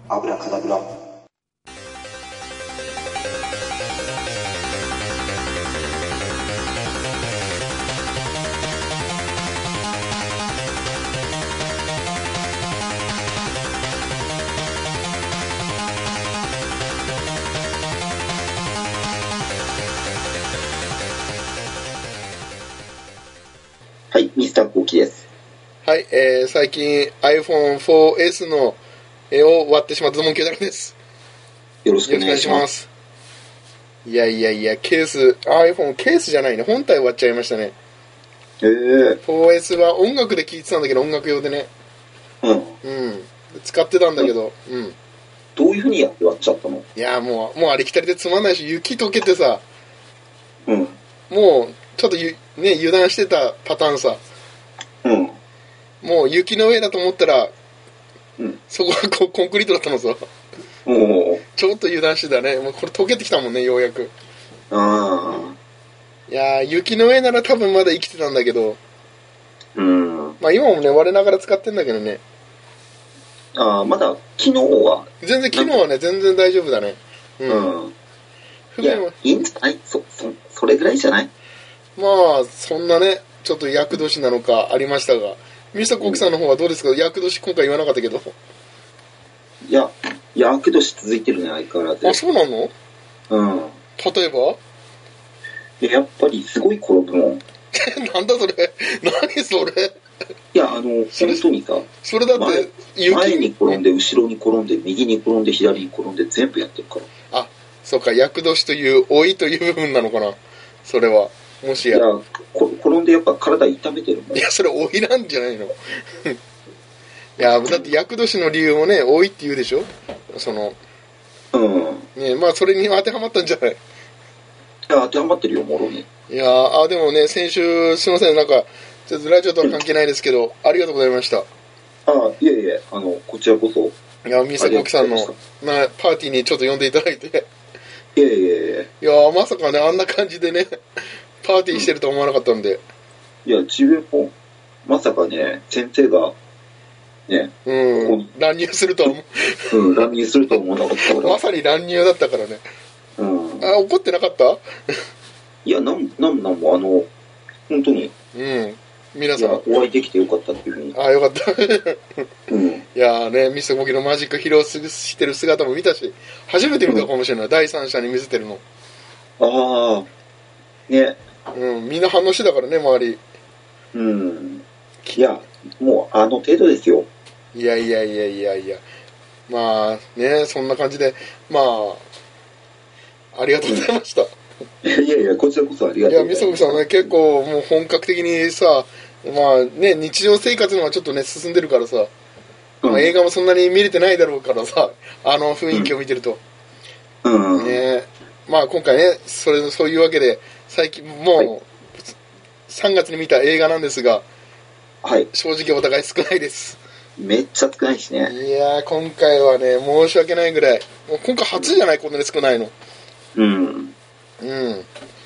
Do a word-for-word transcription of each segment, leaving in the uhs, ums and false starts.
アブラカダブラ。 はい、ミスターコウキです。 はい、えー、最近 アイフォンフォーエス の絵を割ってしまったモンキーダルです。 よろしくお願いします。 いやいやいや、ケース、iPhone ケースじゃないね、本体割っちゃいましたね。 えー、 フォーエス は音楽で聴いてたんだけど、音楽用でね。 うん。 うん。使ってたんだけど、うん。うん、 どういう風にやって割っちゃったの？ いや、もう、もうありきたりでつまんないし、雪溶けてさ、 うん。 もう、ちょっとゆ、ね、油断してたパターンさ。 うん。 もう雪の上だと思ったら、 うん、 そこはコンクリートだったのさ。 おちょっと油断してたね。もうこれ溶けてきたもんね、ようやく。 あいやー、雪の上なら多分まだ生きてたんだけど、 うん。 まあ今もね、割れながら使ってんだけどね。 ああ、まだ機能は全然機能はね、全然大丈夫だね。うん。 うん、いや、いいんじゃない？そ、そ、それぐらいじゃない？ まあ、そんなね、ちょっと厄年なのかありましたが、ミスターコキさんの方はどうですか？厄年今回言わなかったけど。 いや、厄年続いてるね、相変わらず。 あ、そうなの？ うん。 例えば？ やっぱりすごい転ぶもん。 なんだそれ？何それ？ いや、あの、本当にさ、 それだって雪、 前、前に転んで、後ろに転んで、右に転んで、左に転んで、全部やってるから。 あ、そうか、厄年という、老いという部分なのかな、それは。もしや。 いや、こ転んでやっぱ体痛めてるもん。 いや、それ老いなんじゃないの？いや、だって厄年の理由もね、老いって言うでしょ、その。 うん。 ね、まあ、それに当てはまったんじゃない？ いや、当てはまってるよ、もろに。 いやー、あ、でもね、先週、すいません、なんか、ちょっとラジオとは関係ないですけど、ありがとうございました。 ああ、いえいえ、あの、こちらこそ。 いや、ミスターコキさんの、な、パーティーにちょっと呼んでいただいて。 いえいえいえ。 いやー、まさかね、あんな感じでね、パーティーしてると思わなかったんで。 いや、自分も、まさかね、先生が、ね、 うん、乱入するとは思う。うん、乱入するとは思わなかったから。 まさに乱入だったからね。 うん。 あ、怒ってなかった？ いや、なん、なんなんも、あの、本当に。 うん。皆さん。 お会いできてよかったっていうふうに。 あ、よかった。 うん。 いやーね、ミスターコキのマジック披露してる姿も見たし、初めて見たかもしれない。うん、第三者に見せてるの。 ああ。ね。 うん、みんな反応してたからね、周り。 うん。いや、もう、あの程度ですよ。 いやいやいやいやいや。まあ、ね、そんな感じで、まあ、ありがとうございました。 いやいや、こちらこそありがとうございます。いや、 ミスターコキさんはね、結構もう本格的にさ、まあね、日常生活のはちょっとね、進んでるからさ、うん、まあ、映画もそんなに見れてないだろうからさ、あの雰囲気を見てると。 うん。 ね、まあ今回ね、それ、そういうわけで、最近もう、はい、さんがつに見た映画なんですが、 はい。 正直お互い少ないです。 めっちゃ少ないしね。 いやー、今回はね、申し訳ないぐらい。もう今回初じゃない、こんなに少ないの。 うん。 うん。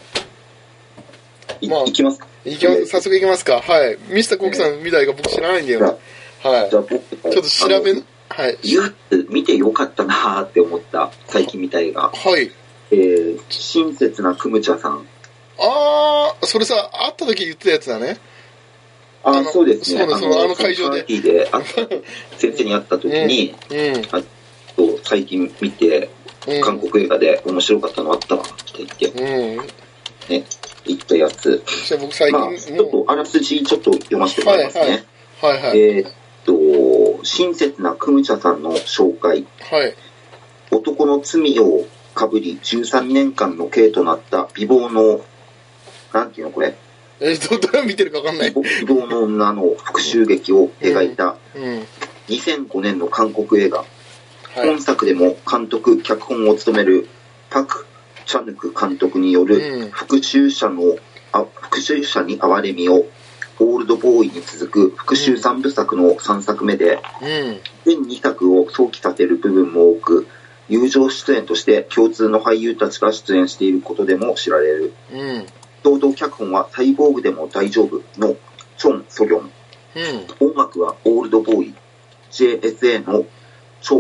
まあ、行きますか。 行きます。早速行きますか。はい。ミスターコキさんみたいが僕知らないんだよね。はい。 じゃあ僕、 ちょっと調べ、はい。 言うって見てよかったなーって思った、最近見た映画。 はい。 えー、親切なクムチャさん。 あー、それさ、会った時言ってたやつだね。 ああ、そうですね。 そうです、あの会場で。 パーティーで会った先生に会った時に、うんうん、あと最近見て、うん、韓国映画で面白かったのあったわって言って、うん、ね、言ったやつ。 僕最近、 まあ、ちょっとあらすじちょっと読ませてもらいますね。 はいはい。はいはい、 えー、っと、親切なクムチャさんの紹介。 はい。 男の罪をかぶりじゅうさんねんかんの刑となった美貌の、なんていうのこれ。 えー、どれ見てるか分かんない。 美貌の女の復讐劇を描いたにせんごねんの韓国映画、はい、本作でも監督脚本を務めるパク・チャヌク監督による復讐者のあ復讐者に哀れみをオールドボーイに続く復讐さんぶさくのさんさくめで、うん、全にさくを想起させる部分も多く、友情出演として共通の俳優たちが出演していることでも知られる。うん、共同脚本はサイボーグでも大丈夫のチョン・ソギョン、うん、音楽はオールドボーイ ジェイエスエー のチョ・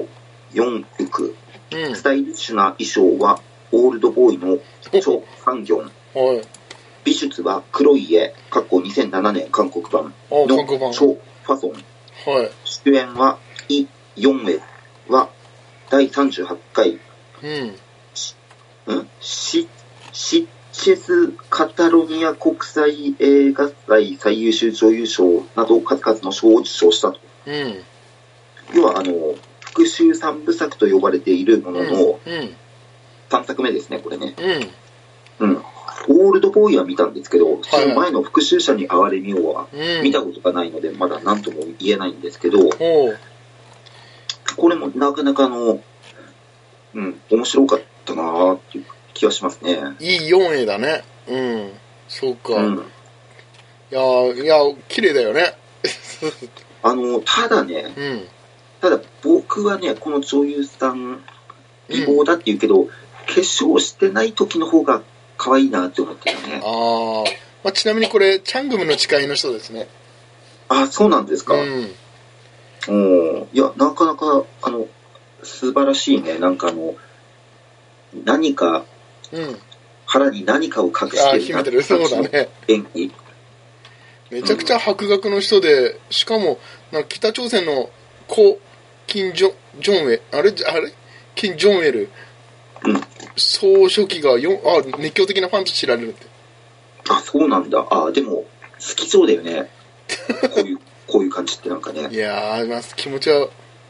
ヨンウク、 うん、 スタイリッシュな衣装はオールドボーイのチョ・サンギョン、 はい、 美術は黒い絵過去にせんななねん韓国版のチョ・ファソン、 はい、 出演はイ・ヨンウェはだいさんじゅうはちかい、 うん、 んシシチェスカタロニア国際映画祭最優秀女優賞など数々の賞を受賞したと、 うん、 要はあの復讐三部作と呼ばれているもののさんさくめですね、これね、うんうん、オールドボーイは見たんですけど、その前の復讐者に憐れみをは見たことがないのでまだ何とも言えないんですけど、うん、これもなかなかの、うん、面白かったなーっていう気がしますね。 いいよんえいだね。うん。そうか。うん、いやいや綺麗だよね。 あのただね、うん、ただ僕はねこの女優さん美貌だって言うけど、うん、化粧してない時の方が可愛いなって思ってたね。 あ、まあちなみにこれチャングムの誓いの人ですね。 あ、そうなんですか。うん。おいやなかなかあの素晴らしいね。なんかあの何か、うん、腹に何かを隠してる秘めてる。そうだね。 演技。 めちゃくちゃ博学の人で、しかもなんか北朝鮮の故金ジョジョンウェあれあれ金ジョンウェル、うん、総書記がよあ熱狂的なファンと知られるって。 あ、そうなんだ。あ、でも好きそうだよね。こういうこういう感じってなんかね。 いやー、まあ、気持ちは。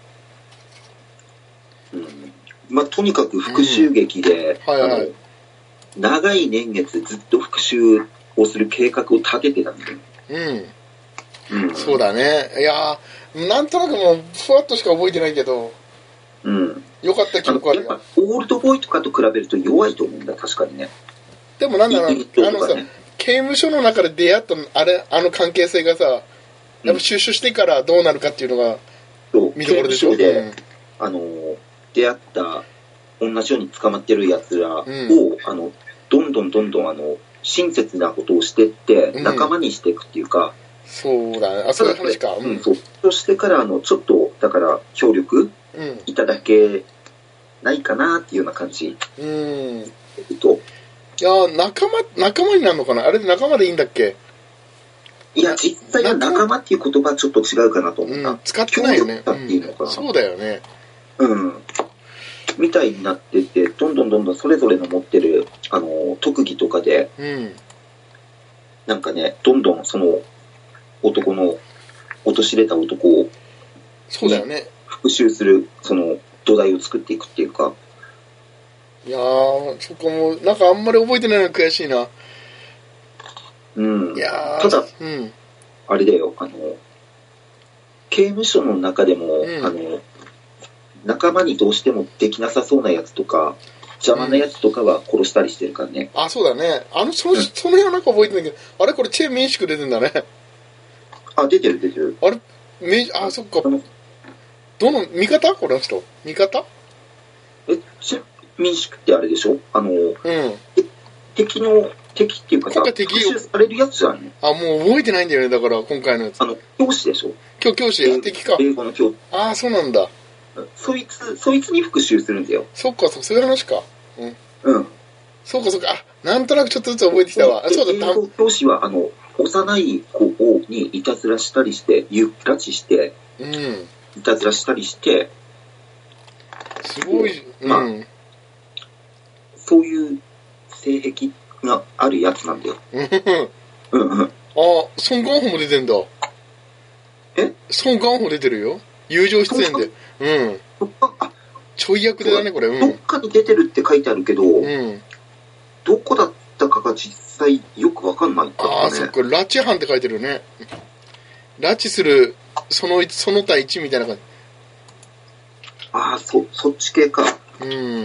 うん。まあとにかく復讐劇で、うん、はいはい、あの長い年月ずっと復讐をする計画を立ててたんだよ。 うん。うん。そうだね。いやー、なんとなくもうふわっとしか覚えてないけど。 うん。 よかった記憶あるよ。 やっぱオールドボーイとかと比べると弱いと思うんだ、確かにね。 でもなんだろう、ね、あのさ、刑務所の中で出会ったあれあの関係性がさ、やっぱ出所してからどうなるかっていうのが見どころでしょ。 刑務所で、うん、あの出会った同じように捕まってるやつらを、うん、あのどんどんどんどんあの親切なことをしてって仲間にしていくっていうか、 うん、そうだね。あ、そういう話か。 うん、そう。そしてからあのちょっとだから協力いただけないかなっていうような感じ。うん。えっと。 いや仲間仲間になるのかな。あれで仲間でいいんだっけ。 いや実際は仲間っていう言葉はちょっと違うかなと思った。うん、 使ってないよね。 協力っていうのかな、 うん。そうだよね。 うん。みたいになってて、どんどんどんどんそれぞれの持ってるあの特技とかで、うん、なんかねどんどんその男の陥れた男をそうだよね復讐するその土台を作っていくっていうか。 いやー、そこもなんかあんまり覚えてないのが悔しいな。 うん。いやただ、うん、あれだよ、あの刑務所の中でも、うん、あの仲間にどうしてもできなさそうなやつとか邪魔なやつとかは殺したりしてるからね。 うん、あ、そうだね。あのその、うん、その辺はなんか覚えてないけど、あれこれチェ・ミンシク出てんだね。 あ、出てる出てる。 あれめあ、そっか。どの味方この人味方？ え、チェ・ミンシクってあれでしょ？あの、うん、敵の敵っていうかさ、復讐されるやつじゃんね。 あ、もう覚えてないんだよね。だから今回のやつ。 あの教師でしょ？ 今日教師や敵か。 英語の教師。 ああ、そうなんだ。 そいつそいつに復讐するんだよ。 そっか、そういう話か。うん。 うん。 そうかそうか。あ、なんとなくちょっとずつ覚えてきたわ。そうだ。 英語教師はあの幼い子をにいたずらしたりしてゆっ拉致して、うん、いたずらしたりして。 すごい。うん。まあ、 そういう性癖があるやつなんだよ。うんうん。あ、 ソン・ガンホも出てんだ。 え？ ソン・ガンホ出てるよ。友情出演で。うん。あ、ちょい役でだねこれ。うん。 どっかに出てるって書いてあるけど、うん、どこだったかが実際よくわかんないんだ、ね。 ああ、そっか。拉致犯って書いてるね。拉致するそのその他いちみたいな感じ。 ああ、そそっち系か。 うん。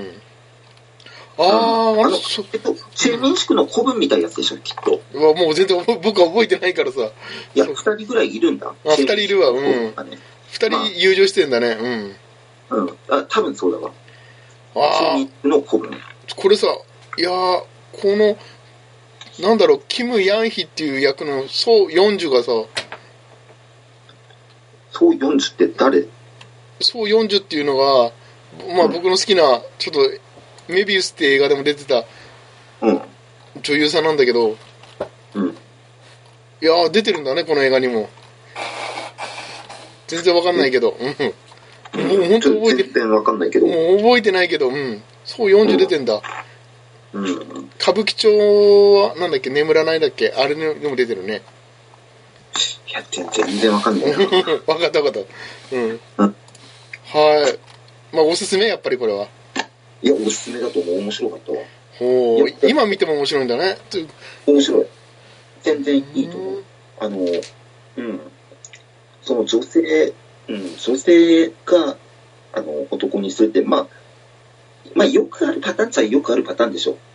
ああ、 あの、えっと、チェ・ミンシクの子分みたいなやつでしょ、きっと。 うわ、もう全然僕は覚えてないからさ。 いや、二人ぐらいいるんだ。 あ、二人いるわ、うん。二人友情してんだね、 うん。うん。あ、多分そうだわ。ああ。チェ・ミンシクの子分。 これさ、いやー、この、なんだろう、キム・ヤンヒっていう役のソ・ヨンジュがさ、 ソ・ヨンジュって誰？ ソ・ヨンジュっていうのが、 まあ僕の好きな、ちょっと、メビウスって映画でも出てた、女優さんなんだけど、 うん。 いやー、出てるんだね、この映画にも。全然わかんないけど、うん。もう本当覚えて、 全然わかんないけど。 もう覚えてないけど、うん。そう、よんじゅう出てんだ。 うん。 歌舞伎町は、なんだっけ、眠らないだっけ、あれにも出てるね。 いや、全然わかんないな。 わかったわかった。うん。うん、はい。まあ、おすすめ、やっぱりこれは。 いや、おすすめだと思う。面白かったわ。 ほう、今見ても面白いんだね。 面白い。全然いいと思う。あの、うん。その女性、うん、女性が、あの、男にするって、まあ、まあ、よくあるパターンっちゃよくあるパターンでしょ。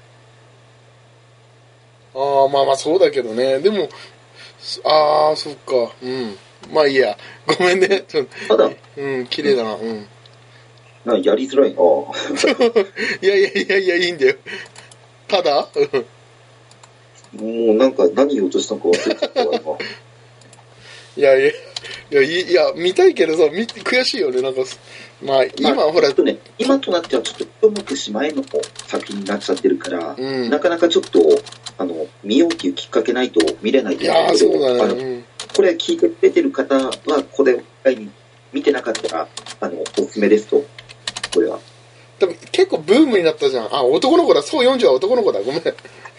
ああ、まあまあそうだけどね。でも、ああ、そっか。うん。まあいいや。ごめんね。 ただ、 うん、綺麗だな。うん。 なやりづらいな。 いやいやいやいや、いいんだよ。ただもうなんか何言おうとしたのか忘れちゃったわ、今。 いやいや、いや、いや、見たいけどさ、見悔しいよね。なんか、まあ、今、まあ、ほら、 ね、今となってはちょっと一昔前の作品になっちゃってるから、 うん、 なかなかちょっと、あの、見ようっていうきっかけないと見れないと思うんだけど、いや、そうだね。うん、 これ聞いてくれてる方は、これ、見てなかったら、あの、おすすめですと、これは。 でも結構ブームになったじゃん。あ、男の子だ。そうよんじゅうは男の子だ。ごめん。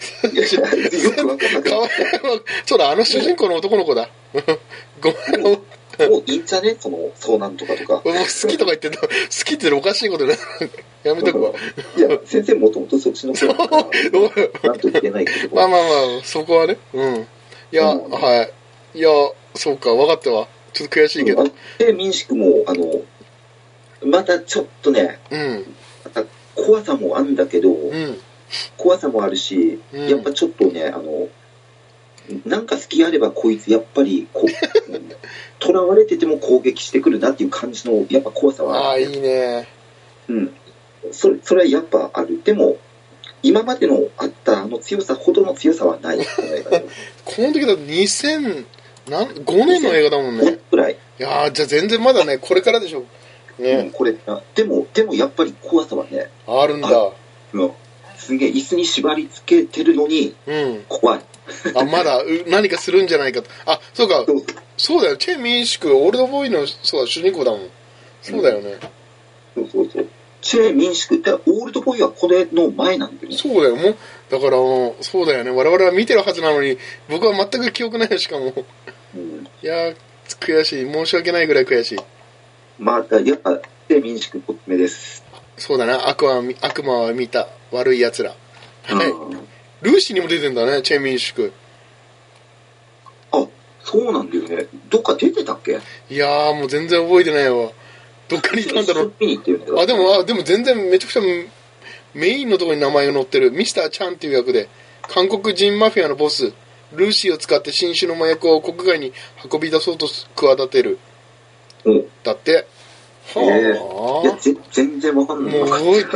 そうだ、あの主人公の男の子だ。ごめん。もういいんじゃねその、そうなんとかとか。 もう好きとか言ってる、好きって言ったらおかしいことね。やめとくわ。 いや、先生もともとそっちの子だから、なんと言えないけど。 まあまあまあ、そこはね。うん。いや、うん、はい。いや、そうか、分かったわ。ちょっと悔しいけど。 で、民宿も、あの、またちょっとね、 うん。 また怖さもあるんだけど、 うん、 怖さもあるし、うん、やっぱちょっとね、あの、なんか隙あればこいつやっぱりこう、囚われてても攻撃してくるなっていう感じのやっぱ怖さはある。ああ、いいね。 うん。それ、それはやっぱある。でも、今までのあったあの強さほどの強さはない。この映画でこの時だとにせんごねんの映画だもんね。 ごねんくらい。 いやー、じゃあ全然まだね、これからでしょ。ね、 うん、これでもでもやっぱり怖さはねあるんだ。 うん、すげえ椅子に縛り付けてるのに、 うん、 怖い。 あ、まだ何かするんじゃないかと。あ、そうか、そう、そうだよ。チェ・ミンシクオールドボーイのそうだ主人公だもん。そうだよね。 うん、そうそうそう。チェ・ミンシクってオールドボーイはこれの前なんだよね。 そうだよ。もうだからそうだよね。我々は見てるはずなのに僕は全く記憶ないよ。しかも、うん、いや悔しい。申し訳ないぐらい悔しい。 まあ、やっぱ、で、民宿おすすめです。 そうだな、悪は、悪魔は見た悪い奴ら。はい。ルーシーにも出てんだね、チェン民宿。 あ、そうなんだよね。どっか出てたっけ？ いやー、もう全然覚えてないわ。どっかにいたんだろう。 見に行ってるんだよ。 あ、でも、あ、でも全然めちゃくちゃメインのところに名前が載ってる。ミスター・チャンっていう役で、韓国人マフィアのボス、ルーシーを使って新種の麻薬を国外に運び出そうと企てる。 うん。 だって。 はあ、えー、いやぜ全然わかんない。もういや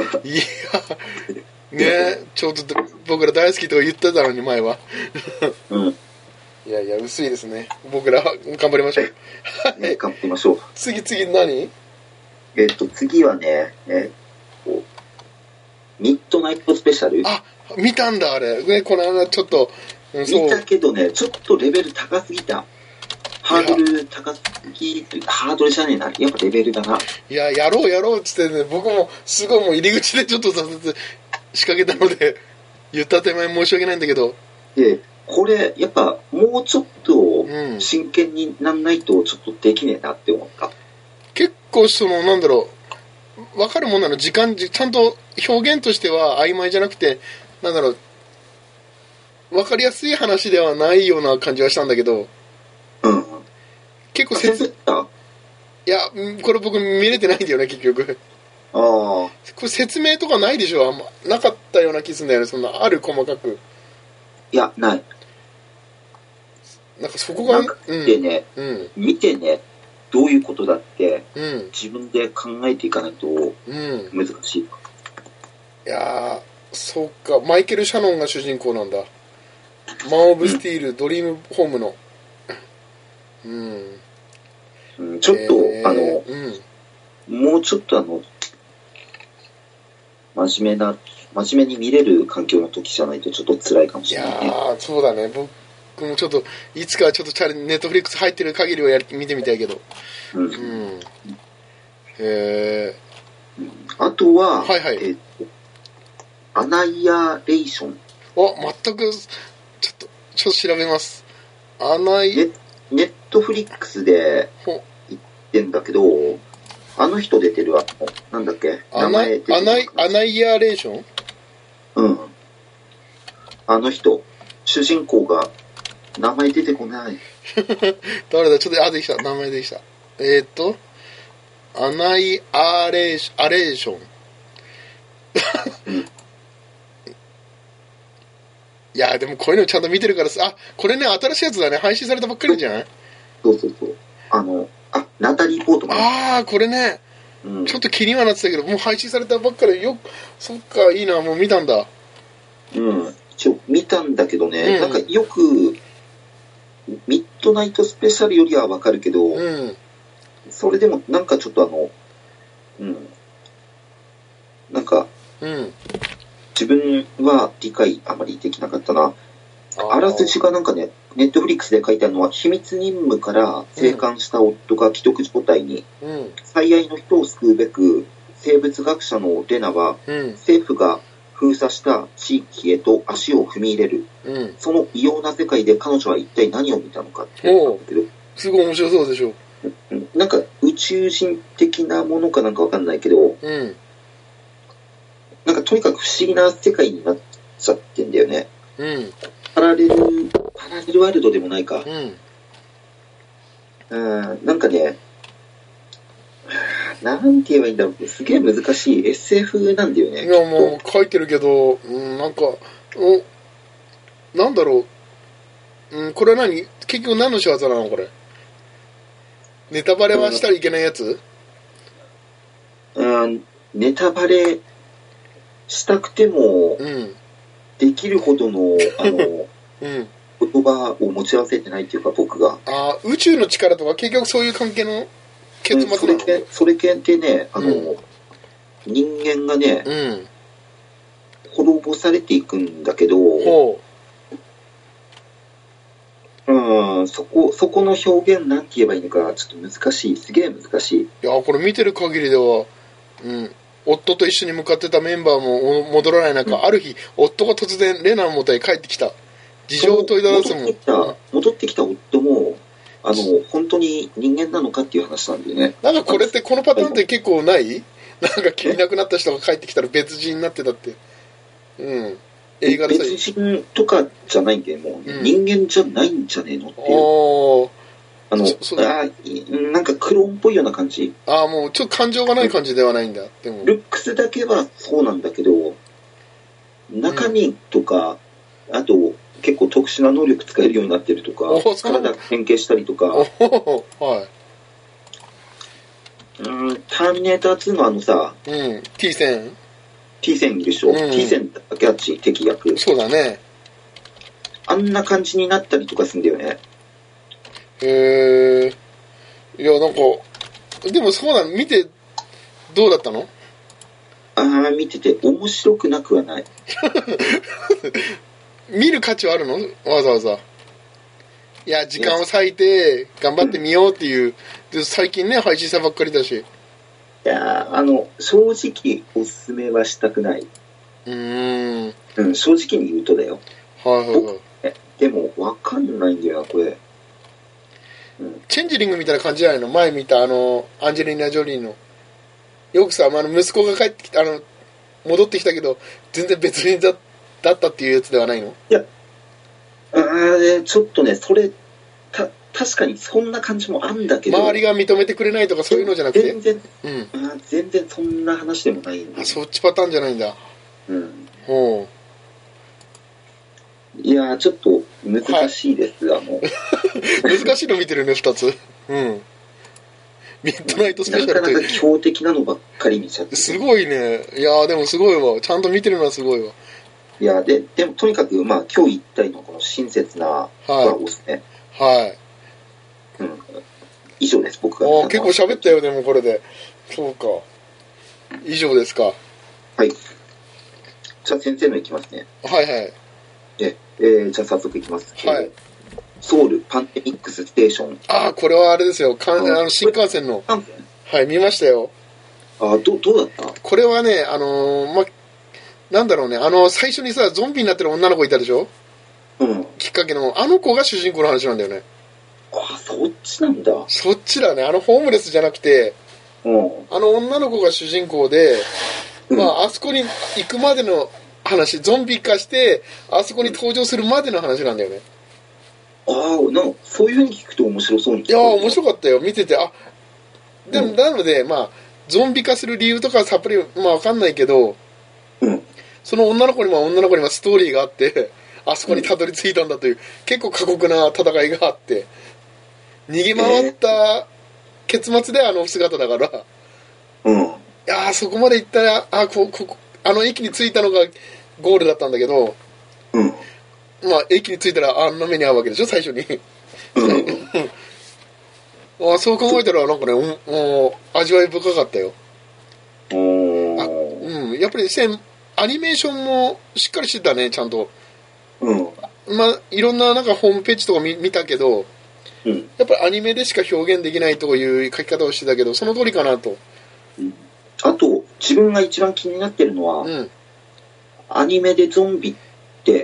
ねちょっと僕ら大好きとか言ってたのに前は。 うん。 いやいや薄いですね。僕ら頑張りましょう。 ね、頑張りましょう。 次次何？ えっと次はね、えー、ミッドナイトスペシャル。 あ、見たんだあれ。ね、この間ちょっと、 うん、見たけどね、ちょっとレベル高すぎた。ハードル高すぎる、ハードルじゃねえな。やっぱレベルだな。 いや、やろうやろうっつってね、僕もすごいもう入り口でちょっと挫折仕掛けたので、言った手前申し訳ないんだけど。 で、これ、やっぱもうちょっと真剣になんないとちょっとできねえなって思った。うん、 結構その、なんだろう、わかるもんなの、時間、ちゃんと表現としては曖昧じゃなくて、なんだろう、わかりやすい話ではないような感じはしたんだけど、 うん。 結構説いやこれ僕見れてないんだよね結局。 ああ。これ説明とかないでしょ。あんまなかったような気するんだよね。そんなある細かく。 いやない。 なんかそこがなんか見てね、うん、見てねどういうことだって、うん、自分で考えていかないと難しい。うん、いやーそうかマイケル・シャノンが主人公なんだ。マン・オブ・スティール、うん、ドリームホームの。うん。 ちょっと、えー、あの、うん、もうちょっとあの、 真面目な、真面目に見れる環境の時じゃないとちょっと辛いかもしれないね。 いやー、そうだね。僕もちょっと、いつかちょっとチャレネットフリックス入ってる限りはやり見てみたいけど。うん。うん、へえ。 あとは、 はいはい。 えっと、アナイアレーション。 あ、全く、ちょっと、ちょっと調べます。アナイ、 ネ、ネットフリックスで言ってんだけど、あの人出てる、あの、なんだっけ名前出てる。 アナイ、アナイアレーション？ うん。あの人、主人公が、名前出てこない。 誰だちょっと、あ、できた。名前できた。えー、っと、アナイアレーション、アレーション。うん、いや、でもこういうのちゃんと見てるからさ、あ、これね、新しいやつだね。配信されたばっかりじゃない？ そうそうそう。あの、あ、ナタリー・ポートマン。 ああ、これね、うん、ちょっと気にはなってたけど、もう配信されたばっかりよ、そっか、いいな、もう見たんだ。 うん、一応見たんだけどね、うん、なんかよく、ミッドナイトスペシャルよりはわかるけど、うん、それでもなんかちょっとあの、うん、なんか、うん、自分は理解あまりできなかったな。あらすじがなんかね、ネットフリックスで書いてあるのは、秘密任務から生還した夫が既得状態に、うん、最愛の人を救うべく、生物学者のレナは、うん、政府が封鎖した地域へと足を踏み入れる。うん、その異様な世界で彼女は一体何を見たのかっていうのだけど、 すごい面白そうでしょ。 なんか宇宙人的なものかなんかわかんないけど、うん、なんかとにかく不思議な世界になっちゃってんだよね。うん、パラレル、パラレルワールドでもないか。うん、うんなんかね、なんて言えばいいんだろう。すげえ難しい エスエフ なんだよね。 いや、もう書いてるけど、うん、なんか、お、なんだろう。うん、これは何結局何の仕業なのこれ。ネタバレはしたらいけないやつ？ うん、ネタバレしたくても、うんできるほどの、あの、うん、言葉を持ち合わせてないっていうか、僕が。 ああ、宇宙の力とか結局そういう関係の結末なの？それ系、それ系ってね、あの、うん、人間がね、うん、滅ぼされていくんだけど、ほう。うん、そこ、そこの表現なんて言えばいいのか、ちょっと難しい。すげえ難しい。いや、これ見てる限りでは、うん。夫と一緒に向かってたメンバーも戻らない中、うん、ある日、夫が突然レナの元へ帰ってきた。事情を問いただすも戻ってきた、戻ってきた夫も、あの、本当に人間なのかっていう話なんでね。 なんかこれって、このパターンって結構ない？なんか急に亡くなった人が帰ってきたら別人になってたって。うん。映画でさ。 別人とかじゃないんで、もう、うん、人間じゃないんじゃねえのっていう。あの、あなんかクローンっぽいような感じ。 ああ、もうちょっと感情がない感じではないんだ。でもルックスだけはそうなんだけど、中身とか、うん、あと結構特殊な能力使えるようになってるとか、体変形したりとか、はい、うん、ターミネーターツーのあのさ、 うん、T 線 T 線いるでしょ、うん、T 線だけあっち敵役。 そうだね。 あんな感じになったりとかするんだよね。 へえ。いや、なんか、でもそうなの、見て、どうだったの？ ああ、見てて面白くなくはない。 見る価値はあるの？わざわざ。いや、時間を割いて、頑張ってみようっていう。で最近ね、配信さばっかりだし。いや、あの、正直おすすめはしたくない。うーん。うん、正直に言うとだよ。はいはいはい。でも、わかんないんだよな、これ。 チェンジリングみたいな感じじゃないの？前見たあのアンジェリーナ・ジョリーのよくさ、あの息子が帰ってきた、あの戻ってきたけど全然別人だったっていうやつではないの？ いや、あーちょっとね、それた確かにそんな感じもあるんだけど、 周りが認めてくれないとかそういうのじゃなくて、 全然、うん、あ全然そんな話でもないんだ。 あ、そっちパターンじゃないんだ。うん。ほう。 いやーちょっと難しいです、はい、あの難しいの見てるねふたつ。うん。ミッドナイトスペシャルってなかなか強敵なのばっかり見ちゃってすごいね。いやーでもすごいわ、ちゃんと見てるのはすごいわ。 いやででもとにかくまあ今日言ったのこの親切なコラボですね。はい、はい、うん、以上です。僕があ結構喋ったよ。でもこれでそうか、以上ですか。 はい。 じゃあ先生のいきますね。 はいはい。 え、えー、じゃあ早速いきます。 はい。 ソウルパンデミックスステーション。 ああ、これはあれですよ。かんあの新幹線の。はい、見ましたよ。 ああ、ど、どうだった？ これはね、あのー、ま、なんだろうね、あの、最初にさ、ゾンビになってる女の子いたでしょ？うん。きっかけの、あの子が主人公の話なんだよね。 ああ、そっちなんだ。 そっちだね。あのホームレスじゃなくて、うん。あの女の子が主人公で、うん、まあ、あそこに行くまでの話、ゾンビ化して、あそこに登場するまでの話なんだよね。 ああ、なんか、そういう風に聞くと面白そうに聞こえる。いや、面白かったよ。見てて、あ、でも、うん、なので、まあ、ゾンビ化する理由とかはさっぱり、まあ、わかんないけど、うん。その女の子にも女の子にもストーリーがあって、あそこにたどり着いたんだという、うん、結構過酷な戦いがあって、逃げ回った結末であの姿だから、うん。いやー、そこまで行ったら、あ、こ、こ、あの駅に着いたのがゴールだったんだけど、うん。まあ、駅に着いたらあんな目に遭うわけでしょ、最初に。うん。あ、そう考えたら、なんかね、もう、味わい深かったよ。あ、うん。やっぱり、アニメーションもしっかりしてたね、ちゃんと。うん。まあ、いろんな、なんかホームページとか 見, 見たけど、うん、やっぱりアニメでしか表現できないという書き方をしてたけど、その通りかなと。 うん、あと、自分が一番気になってるのは、うん、アニメでゾンビって、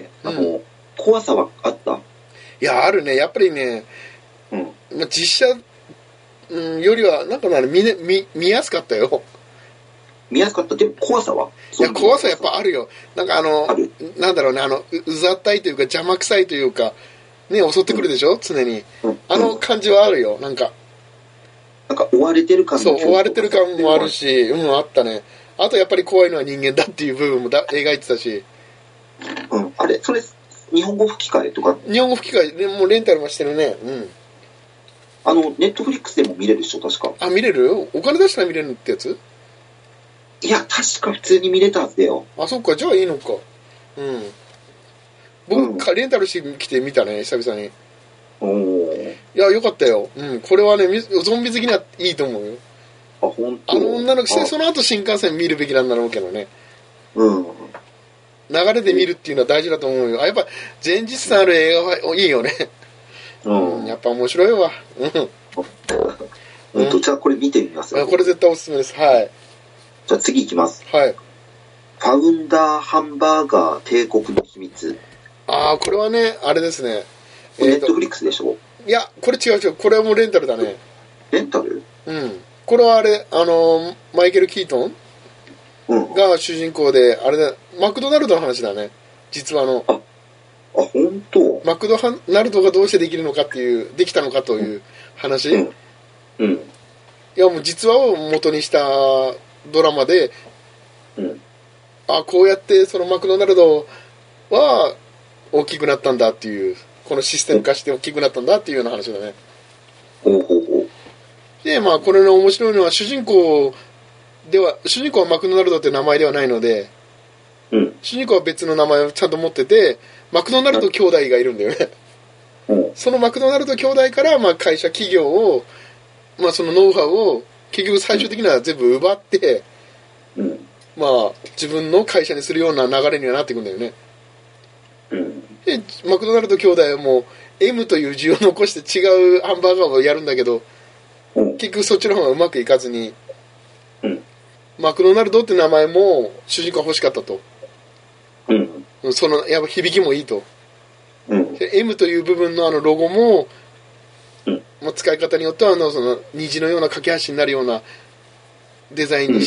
あの、うん、怖さはあった？ いや、あるね。やっぱりね、うん、まあ、実写、うん、よりは、なんかね、見, 見, 見やすかったよ。 見やすかった。でも怖さは？ いや、怖さやっぱあるよ。なんかあの、あなんだろうね、あの、う, うざったいというか邪魔くさいというか、ね、襲ってくるでしょ、うん、常に、うん、あの感じはあるよ、なんか。 なんか追われてる感もそう、追われてる感もあるし、うん、あったね。あとやっぱり怖いのは人間だっていう部分もだ描いてたし。 うん、あれ、それ、日本語吹き替えとか？ 日本語吹き替え、もうレンタルもしてるね。うん。 あの、ネットフリックスでも見れるでしょ、確か。 あ、見れる？お金出したら見れるってやつ？ いや、確か普通に見れたはずだよ。 あ、そっか、じゃあいいのか。うん。僕、うん、レンタルしてきて見たね、久々に。いや、よかったよ。うん、これはね、ゾンビ好きにはいいと思うよ。 あ、本当？ あの女の子、その後新幹線見るべきなんだろうけどね。うん。流れで見るっていうのは大事だと思うよ。あ、やっぱ、前日さんある映画はいいよね。うん。うん、やっぱ面白いわ。うん。 うんと、じゃあこれ見てみますよ。これ絶対おすすめです。はい。 じゃあ次いきます。 はい。 ファウンダーハンバーガー帝国の秘密。 ああ、これはね、あれですね。 ネットフリックスでしょ？ いや、これ違う違う。これはもうレンタルだね。 レンタル？ うん。これはあれ、あの、マイケル・キートン、うん、が主人公で、あれだ、マクドナルドの話だね。実はあの。 あ、あ、本当？ マクドナルドがどうしてできるのかっていう、できたのかという話。うん。うん。いや、もう実話を元にしたドラマで、うん。あ、こうやってそのマクドナルドは大きくなったんだっていう、このシステム化して大きくなったんだっていうような話だね。 ほうほうほう。 で、まあ、これの面白いのは、主人公では、主人公はマクドナルドって名前ではないので、うん、主人公は別の名前をちゃんと持ってて、マクドナルド兄弟がいるんだよね。うん、そのマクドナルド兄弟から、まあ、会社、企業を、まあ、そのノウハウを、結局最終的には全部奪って、うん、まあ、自分の会社にするような流れにはなっていくんだよね。うん、で、マクドナルド兄弟はもう、M という字を残して違うハンバーガーをやるんだけど、うん、結局そっちの方がうまくいかずに、うん、マクドナルドって名前も主人公は欲しかったと、うん、そのやっぱ響きもいいと、うん、M という部分のあのロゴも、うんまあ、使い方によってはあのその虹のような架け橋になるようなデザインにして、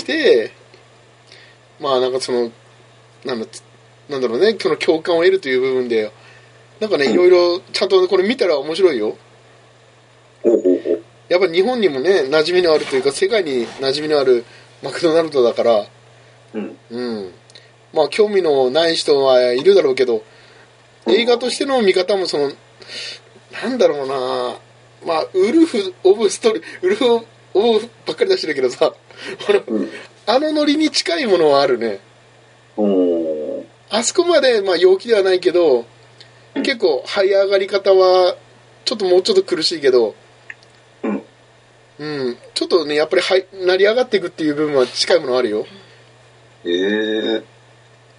うん、まあなんかそのなんだ、なんだろうね、その共感を得るという部分でなんかね、いろいろちゃんとこれ見たら面白いよ。やっぱり日本にもね馴染みのあるというか世界に馴染みのあるマクドナルドだから、うん、うん、まあ興味のない人はいるだろうけど、映画としての見方もそのなんだろうな、まあウルフ・オブ・ストーリー、ウルフ・オブばっかり出してるけどさ、あの、うん、あのノリに近いものはあるね。あそこまでまあ陽気ではないけど、結構這い上がり方はちょっともうちょっと苦しいけど、うんうん、ちょっとねやっぱりはい成り上がっていくっていう部分は近いものあるよ。 へえー。 奪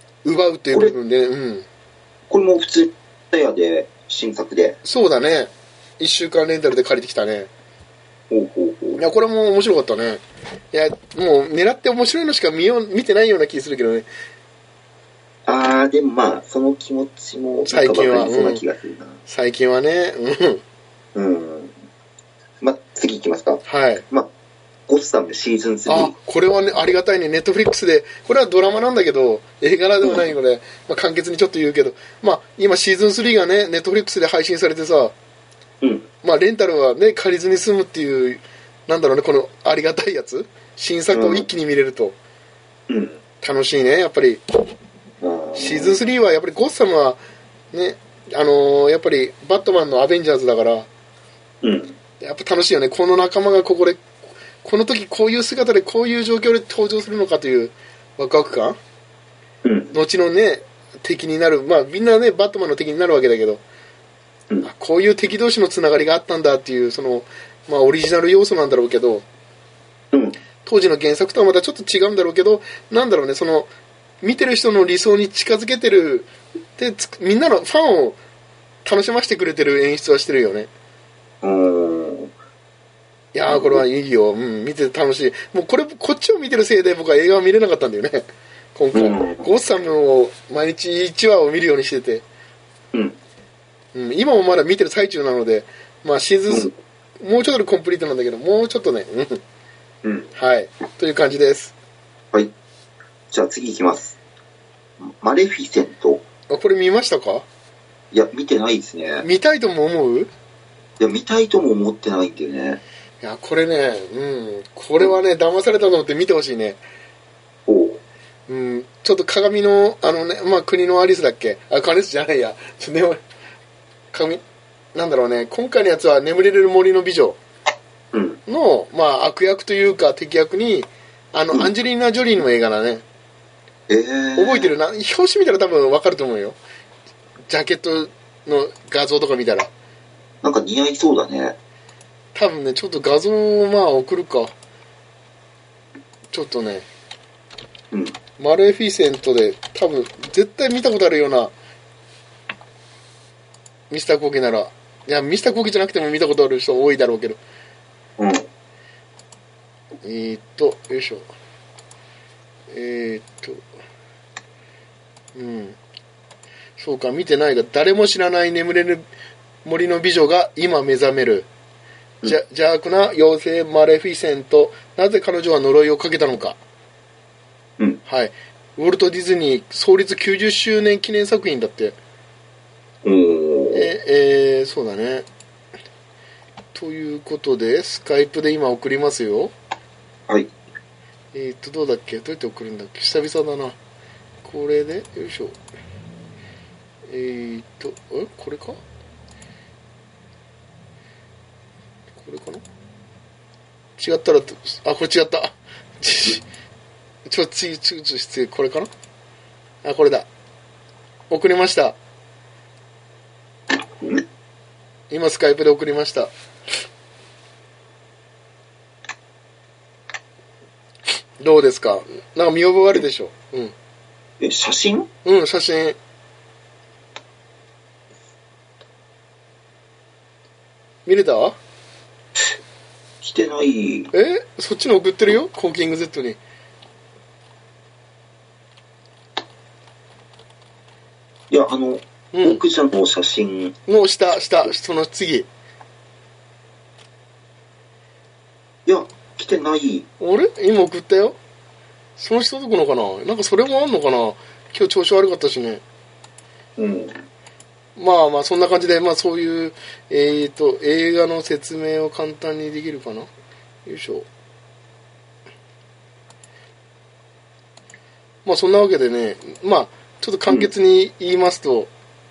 うっていう部分で、うん。 これも普通、タヤで、新作で。 そうだね。いっしゅうかんレンタルで借りてきたね。 ほうほうほう。 いや、これも面白かったね。いや、もう狙って面白いのしか見よう、見てないような気するけどね。 あー、でもまあ、その気持ちも、 最近は、 そんな気がするな、うん。 最近はね、 うん。うん。まあ、次行きますか。 はい。 まあ、ゴッサムシーズンスリー。 あ、これはね、ありがたいね。ネットフリックスで、これはドラマなんだけど、映画ではないので、うん、まあ、簡潔にちょっと言うけど、まあ、今シーズンスリーがね、ネットフリックスで配信されてさ、 うん。 まあ、レンタルはね、借りずに済むっていう、なんだろうね、このありがたいやつ、新作を一気に見れると、 うん、 楽しいね、やっぱり。シーズンスリーはやっぱりゴッサムはね、あのー、やっぱりバットマンのアベンジャーズだから、 うん、 やっぱ楽しいよね。この仲間がここで、この時こういう姿でこういう状況で登場するのかというワクワク感、 うん、 後のね、敵になる、まあみんなね、バットマンの敵になるわけだけど、うん、こういう敵同士のつながりがあったんだっていう、その、まあオリジナル要素なんだろうけど、 うん、 当時の原作とはまたちょっと違うんだろうけど、なんだろうね、その、見てる人の理想に近づけてる、で、みんなのファンを楽しませてくれてる演出はしてるよね。 うーん。 いやー、これはいいよ。うん、見てて楽しい。もうこれ、こっちを見てるせいで僕は映画を見れなかったんだよね。今回。うん、ゴッサムを毎日いちわを見るようにしてて。 うん。 うん、今もまだ見てる最中なので、まあシーズン、うん、もうちょっとでコンプリートなんだけど、もうちょっとね、うん。うん。はい。という感じです。 はい。じゃあ次いきます。マレフィセント。 あ、これ見ましたか？ いや、見てないですね。 見たいとも思う？ いや、見たいとも思ってないんだよね。 いや、これね、うん。これはね、騙されたと思って見てほしいね。 おう。 うん。ちょっと鏡の、あのね、まあ、国のアリスだっけ？あ、アリスじゃないや。ちょっとね、鏡、なんだろうね、今回のやつは眠れる森の美女の、うん、まあ、悪役というか敵役に、あの、うん、アンジェリーナ・ジョリーの映画だね。 えー、 覚えてるな。表紙見たら多分わかると思うよ。ジャケットの画像とか見たら。 なんか似合いそうだね。 多分ね、ちょっと画像をまあ送るか。ちょっとね。 うん。 マレフィセントで多分絶対見たことあるようなミスターコーキなら。いや、ミスターコーキじゃなくても見たことある人多いだろうけど。 うん。 えーっと、よいしょ。えーっと。うん、そうか、見てないが、誰も知らない眠れる森の美女が今目覚める、うん、邪悪な妖精マレフィセント、なぜ彼女は呪いをかけたのか、 うん、 はい、ウォルト・ディズニー創立きゅうじゅっしゅうねん記念作品だって。 おー、 ええー、そうだね。ということでスカイプで今送りますよ。 はい。 えー、っとどうだっけ、どうやって送るんだっけ、久々だな。これでよいしょ。えーっとえこれか、これかな、違ったら、あ、これ違ったちょ次次次これかな、あ、これだ、送りました。今スカイプで送りました。どうですか、なんか見覚えあるでしょ。うん、 え、写真？ うん、写真。見れた？ 来てない。 え？そっちの送ってるよ、コーキング Z に。 いや、あの、うん、奥ちゃんの写真の下、下、その次。 いや、来てない。 あれ？今送ったよ。その人どこのかな、なんかそれもあんのかな、今日調子悪かったしね。 うん。 まあまあそんな感じで、まあそういう、えーと、映画の説明を簡単にできるかな。よいしょ。まあそんなわけでね、まあちょっと簡潔に言いますと、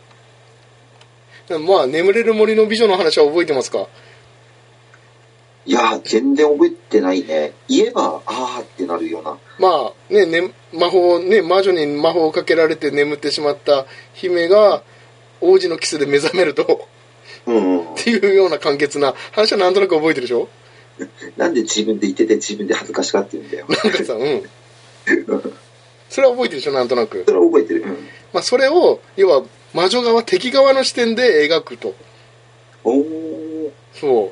うん、まあ眠れる森の美女の話は覚えてますか？ いや、全然覚えてないね。言えば、あーってなるような。 まあね、ね、魔法、ね、魔女に魔法をかけられて眠ってしまった姫が、王子のキスで目覚めると、 うん、 っていうような簡潔な話はなんとなく覚えてるでしょ。 なんで自分で言ってて自分で恥ずかしがってるんだよ。 なんかさ、うん。 それは覚えてるでしょ、なんとなく。 それは覚えてる。うん、 まあ、それを、要は、魔女側、敵側の視点で描くと。 おー。 そう。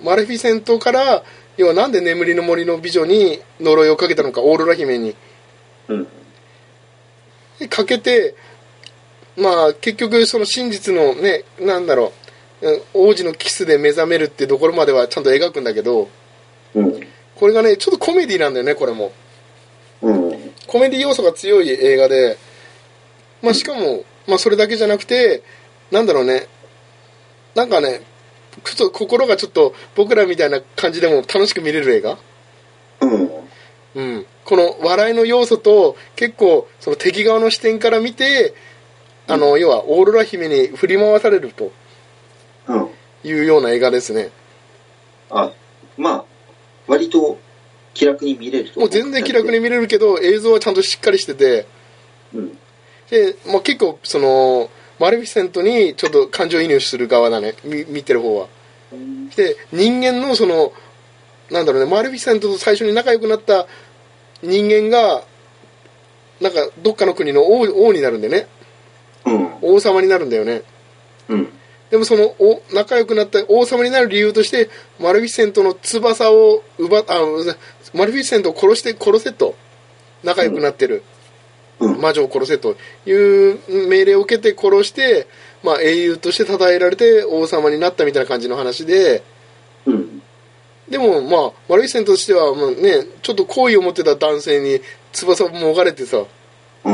マレフィセントから、要はなんで眠りの森の美女に呪いをかけたのか、オーロラ姫に。 うん。 でかけて、まあ、結局、その真実のね、なんだろう、王子のキスで目覚めるってところまではちゃんと描くんだけど、 うん。 これがね、ちょっとコメディなんだよね、これも。 うん。 コメディ要素が強い映画で、まあ、しかも、まあ、それだけじゃなくて、なんだろうね、なんかね、ちょっと心がちょっと僕らみたいな感じでも楽しく見れる映画。 うん。 うん。この笑いの要素と、結構、その敵側の視点から見て、あの、要は、オーロラ姫に振り回されると、いうような映画ですね。 あ、まあ、割と気楽に見れると。 もう全然気楽に見れるけど、映像はちゃんとしっかりしてて、 うん。 で、まあ、結構、その、マレフィセントにちょっと感情移入する側だね、見てる方は。で、人間のその、なんだろうね、マレフィセントと最初に仲良くなった人間が、なんか、どっかの国の 王, 王になるんだよね。 うん。 王様になるんだよね。 うん。 でもそのお仲良くなった王様になる理由として、マレフィセントの翼を奪あマレフィセントを殺して殺せと、仲良くなってる、うん、魔女を殺せという命令を受けて殺して、まあ、英雄として称えられて王様になったみたいな感じの話で、 うん、 でもまあマレフィセントとしては、まあね、ちょっと好意を持ってた男性に翼をもがれてさ、 うん、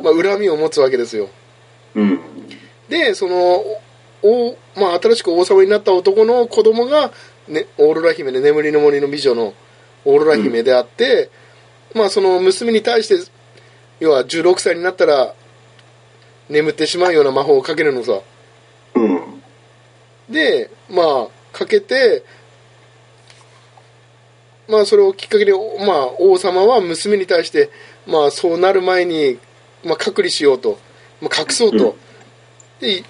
まあ、恨みを持つわけですよ。 うん、 でそのお、まあ、新しく王様になった男の子供が、ね、オーロラ姫で眠りの森の美女のオーロラ姫であって、うん、まあ、その娘に対して要はじゅうろくさいになったら眠ってしまうような魔法をかけるのさ、 うん、 でまあかけて、まあ、それをきっかけに、まあ、王様は娘に対して、まあ、そうなる前に、まあ、隔離しようと、まあ、隠そうと、うん、で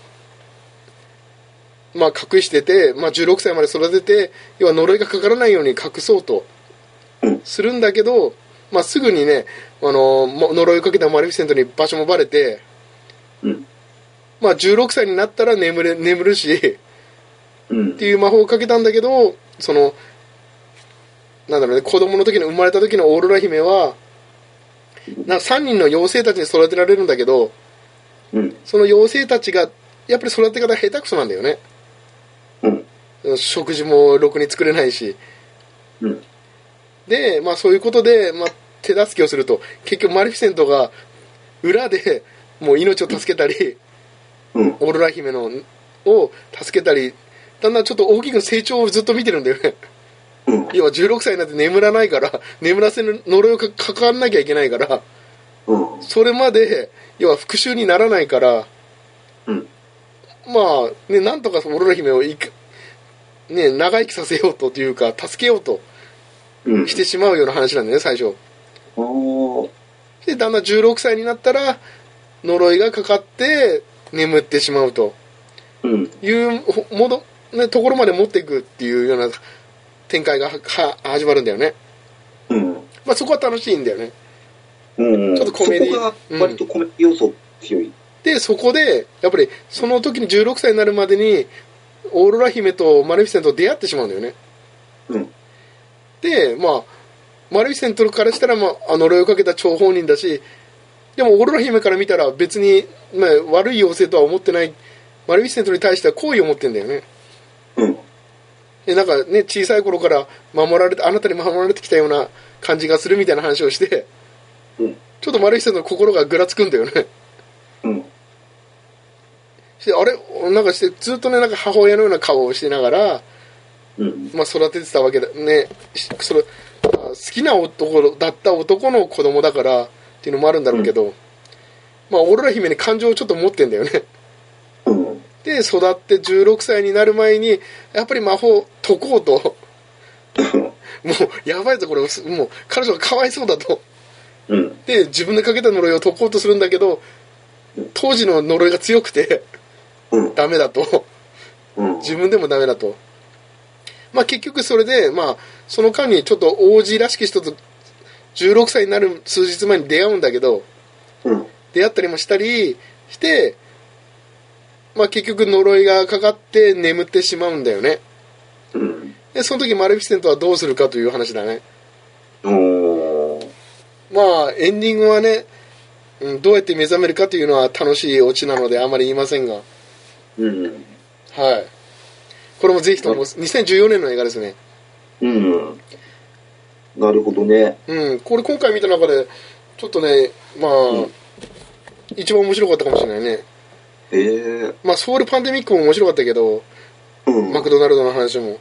まあ、隠してて、まあ、じゅうろくさいまで育てて、要は呪いがかからないように隠そうとするんだけど、まあ、すぐにね、あの呪いをかけたマレフィセントに場所もバレて、 うん、 まあ、じゅうろくさいになったら眠れ眠るし、 うん、 っていう魔法をかけたんだけど、そのなんだろうね、子供の時の生まれた時のオーロラ姫はなんかさんにんの妖精たちに育てられるんだけど、 うん、 その妖精たちがやっぱり育て方下手くそなんだよね。 うん、 食事もろくに作れないし、 うん、 で、まあ、そういうことで、まあ、手助けをすると結局マレフィセントが裏でもう命を助けたり、 うん、 オーロラ姫のを助けたり、だんだんちょっと大きく成長をずっと見てるんだよね。 うん、 要はじゅうろくさいになって眠らないから眠らせる呪いをかかんなきゃいけないから、 うん、 それまで要は復讐にならないから、 うん、 まあね、なんとかオーロラ姫をいく、ね、長生きさせようとというか助けようとしてしまうような話なんだよね、最初。でだんだんじゅうろくさいになったら呪いがかかって眠ってしまうというもど、ね、ところまで持っていくっていうような展開がは始まるんだよね、 うん、 まあ、そこは楽しいんだよね、 うん、 ちょっとコメディ、 そこが割とコメディ要素強い、うん、 でそこでやっぱりその時にじゅうろくさいになるまでにオーロラ姫とマレフィセント出会ってしまうんだよね、 うん、 でまあマレフィセントからしたら、まあ、呪いをかけた張本人だし、でもオーロラ姫から見たら別に、まあ、悪い妖精とは思ってない、マレフィセントに対しては好意を持ってんだよね、 うん、 でなんかね、小さい頃から守られて、あなたに守られてきたような感じがするみたいな話をして、 うん、 ちょっとマレフィセントの心がぐらつくんだよね、 うん、 してあれなんかしてずっとね、なんか母親のような顔をしながら、 うん、 まあ、育ててたわけだね。それ好きな男だった男の子供だからっていうのもあるんだろうけど、うん、まあ、オーロラ姫に感情をちょっと持ってんだよね、 うん、 で育ってじゅうろくさいになる前にやっぱり魔法を解こうともうやばいぞこれ、もう彼女がかわいそうだと、 うん、で自分でかけた呪いを解こうとするんだけど、当時の呪いが強くて、うん、ダメだと、うん、自分でもダメだと、まあ、結局それで、まあ、その間にちょっと王子らしき人とじゅうろくさいになる数日前に出会うんだけど、 うん、 出会ったりもしたりして、まあ、結局呪いがかかって眠ってしまうんだよね。 うん、 でその時マレフィセントはどうするかという話だね。 おまあエンディングはね、うん、どうやって目覚めるかというのは楽しいオチなのであまり言いませんが、 うん、 はい、これもぜひともにせんじゅうよねんの映画ですね。 うん、なるほどね。 うん、これ今回見た中でちょっとね、まあ、うん、一番面白かったかもしれないね。 えー、 まあソウルパンデミックも面白かったけど、うん、マクドナルドの話も、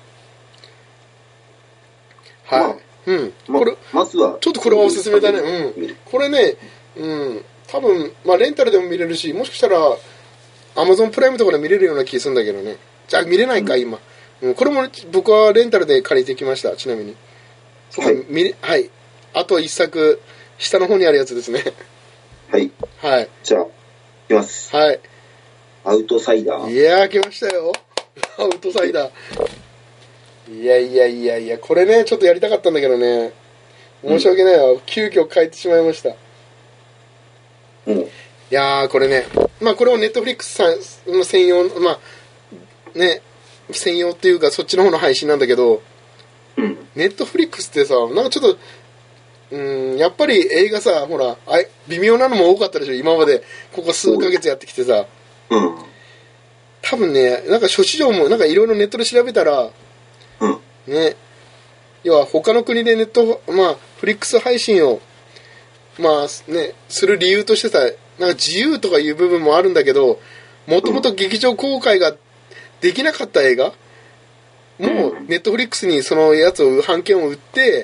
はい、まあ、うん、これ、ま、まずはちょっとこれはおすすめだね。うん、これね、うん、多分、まあ、レンタルでも見れるし、もしかしたらアマゾンプライムとかで見れるような気がするんだけどね。じゃあ見れないか、うん、今、うん、これも僕はレンタルで借りてきました。ちなみに、はい、見はい、あと一作下の方にあるやつですね。 はい、 はい、 じゃあいきます。 はい、 アウトサイダー。 いやー来ましたよアウトサイダー。いやいやいやいや、これねちょっとやりたかったんだけどね、申し訳ないわ、うん、急遽変えてしまいました。 うん、 いやーこれね、まあこれをネットフリックスさんの専用、まあね専用っていうかそっちの方の配信なんだけど、ネットフリックスってさ、なんかちょっとうんやっぱり映画さ、ほらあ微妙なのも多かったでしょ今まで。ここ数ヶ月やってきてさ、 うん、 多分ね、なんか諸事情もなんかいろいろネットで調べたら、 うん、 ね、要は他の国でネット、まあフリックス配信をまあねする理由としてさ、なんか自由とかいう部分もあるんだけど、もともと劇場公開ができなかった映画、もうネットフリックスにそのやつを版権を売って、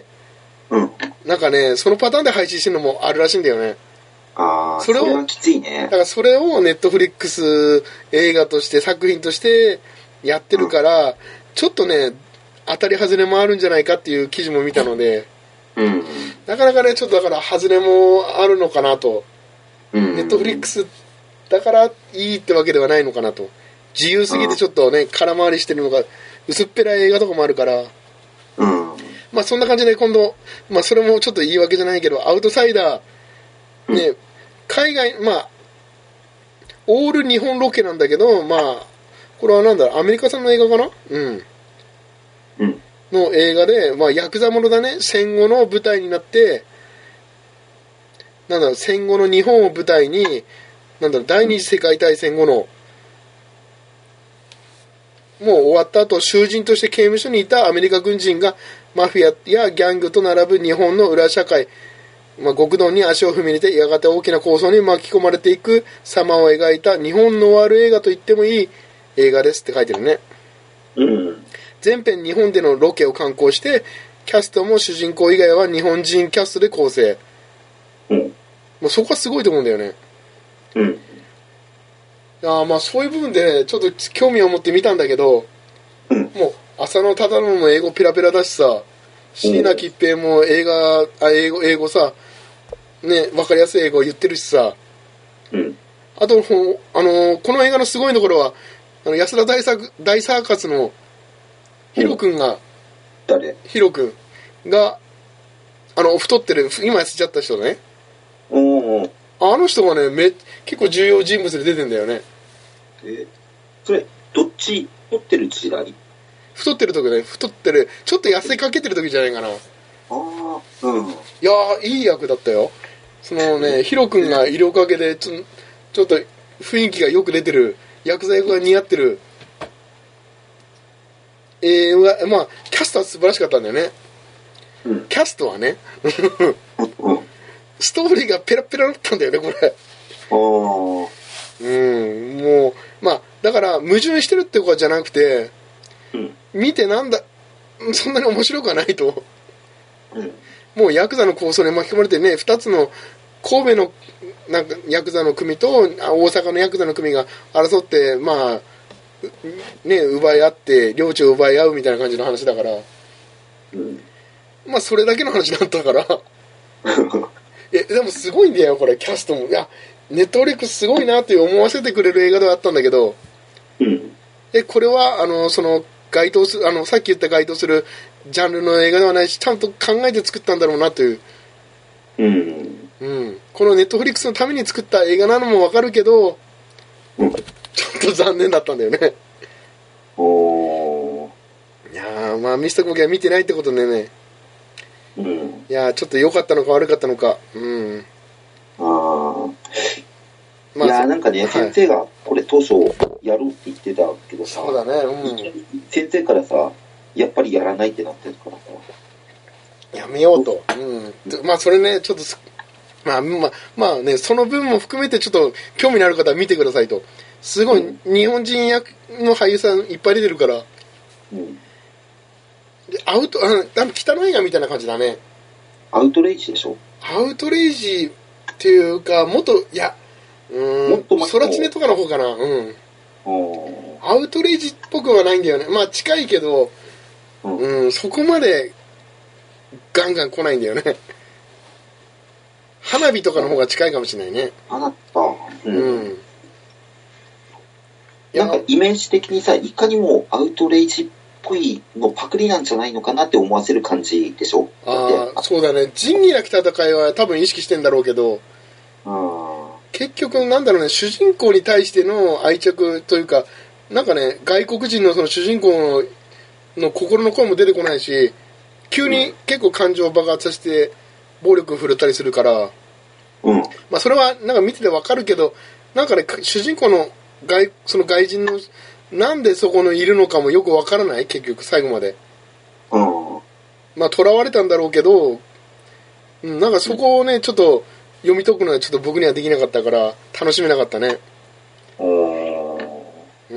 うん、 なんかねそのパターンで配信してるのもあるらしいんだよね。 ああ、それをそれはきついね。 だからそれをネットフリックス映画として作品としてやってるから、うん、ちょっとね当たり外れもあるんじゃないかっていう記事も見たので、 うん、 なかなかねちょっとだから外れもあるのかなと、うん、ネットフリックスだからいいってわけではないのかなと、自由すぎてちょっとね空回りしてるのが薄っぺらい映画とかもあるから、 うん、 まあそんな感じで今度、まあそれもちょっと言い訳じゃないけどアウトサイダーね、うん、海外、まあオール日本ロケなんだけど、まあこれはなんだろう、アメリカ産の映画かな、うんうん、 の映画で、まあヤクザものだね、戦後の舞台になって、なんだろう、戦後の日本を舞台に、なんだろう、第二次世界大戦後のもう終わった後、囚人として刑務所にいたアメリカ軍人がマフィアやギャングと並ぶ日本の裏社会、まあ、極道に足を踏み入れてやがて大きな構想に巻き込まれていく様を描いた日本ノワール映画と言ってもいい映画ですって書いてるね。 うん、 全編日本でのロケを観光して、キャストも主人公以外は日本人キャストで構成、 うん、 もうそこはすごいと思うんだよね。 うん、 あまあそういう部分でちょっと興味を持って見たんだけど、 うん、 もう浅野忠信も英語ペラペラだしさ、椎名桔平も映画あ英語英語さね、分かりやすい英語を言ってるしさ、 うん、 あとあのこの映画のすごいところはあの安田大サ大サーカスのヒロ君が、 誰？ ヒロ君があの太ってる今痩せちゃった人ね。 おあの人がねめ結構重要人物で出てんだよね。 えそれどっち太ってる時代？ 太ってる時ね、太ってるちょっと痩せかけてる時じゃないかな。ああ、うん。いやーいい役だったよ。そのねヒロ君が医療かけでちょちょっと雰囲気がよく出てる薬剤が似合ってる。えー、まあキャストは素晴らしかったんだよね。 うん、 キャストはねストーリーがペラペラだったんだよねこれ。 ああ。 うんもうまあだから矛盾してるってことじゃなくて、 うん、 見てなんだそんなに面白くはないと、 うん、 もうヤクザの抗争に巻き込まれてね、ふたつの神戸のなんかヤクザの組と大阪のヤクザの組が争ってまあね奪い合って領地を奪い合うみたいな感じの話だから、 うん、 まあそれだけの話だったからえでもすごいんだよこれキャストも。いやネットフリックスすごいなって思わせてくれる映画ではあったんだけど、 うん、 でこれはあのその該当するあのさっき言った該当するジャンルの映画ではないし、ちゃんと考えて作ったんだろうなといううん。 うん。このネットフリックスのために作った映画なのもわかるけど、 うん、 ちょっと残念だったんだよね。 おー。 いやー、まあ、ミスターコーキは見てないってことでね。 うん。 いやー、ちょっと良かったのか悪かったのか。うん。 あー。まあ、いやーなんかね、はい、先生がこれ当初やるって言ってたけどさ、 そうだね、うん、 先生からさ、やっぱりやらないってなってるからさ、やめようと、うん、まあそれね、ちょっとまあまあまあね、その分も含めてちょっと興味のある方は見てくださいと。すごい、うん、日本人役の俳優さんいっぱい出てるから、うん、でアウトあの汚い映画みたいな感じだね。 アウトレイジでしょ。 アウトレイジっていうか、もっといや。うん、ソラチネとかの方かな、うん。アウトレイジっぽくはないんだよね。まあ近いけど、うん、うん、そこまでガンガン来ないんだよね。花火とかの方が近いかもしれないね。 花火か。うん。うん、なんかイメージ的にさ、いかにもアウトレイジっぽいのパクリなんじゃないのかなって思わせる感じでしょ。 ああ、そうだね。仁義なき戦いは多分意識してんだろうけど、結局なんだろうね、主人公に対しての愛着というか、なんかね、外国人のその主人公 の, の心の声も出てこないし、急に結構感情を爆発させて暴力を振るったりするから、うん、まあそれはなんか見ててわかるけど、なんかね、主人公の外その外人のなんでそこのいるのかもよくわからない、結局最後まで。うん、まあ囚われたんだろうけど、うん、なんかそこをね、ちょっと読み解くのはちょっと僕にはできなかったから楽しめなかったね。うん。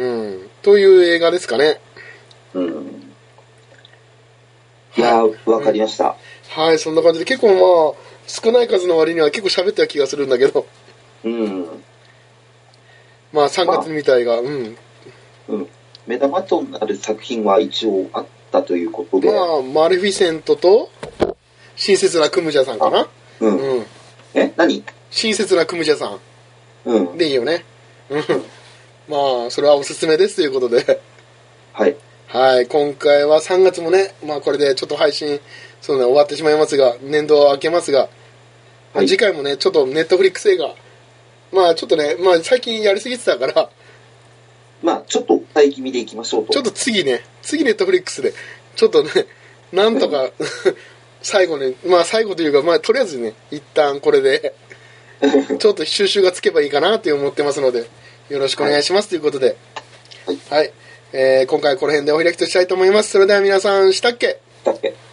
という映画ですかね。 うん。いやー、わかりました、 うん。はい、そんな感じで結構まあ少ない数の割には結構喋った気がするんだけど。うん。まあさんがつに見た映画、まあ、うん。 うん。目玉となる作品は一応あったということで。 まあマレフィセントと親切なクムジャさんかな。うん。うん。 え、何？ 親切なクムジャさん。うん。でいいよね。うん。まあ、それはおすすめですということで。はい。はい。今回はさんがつもね、まあこれでちょっと配信、そうね、終わってしまいますが、年度は明けますが、はい、次回もね、ちょっとネットフリックス映画、まあちょっとね、まあ最近やりすぎてたから、 まあちょっと待気味でいきましょうと。 ちょっと次ね、次ネットフリックスで、ちょっとね、なんとか、最後ね、まあ最後というか、まあとりあえずね、一旦これで、ちょっと収集がつけばいいかなと思ってますので、よろしくお願いします、はい、ということで、はい、はい、えー、今回この辺でお開きとしたいと思います。それでは皆さん、したっけ？ したっけ？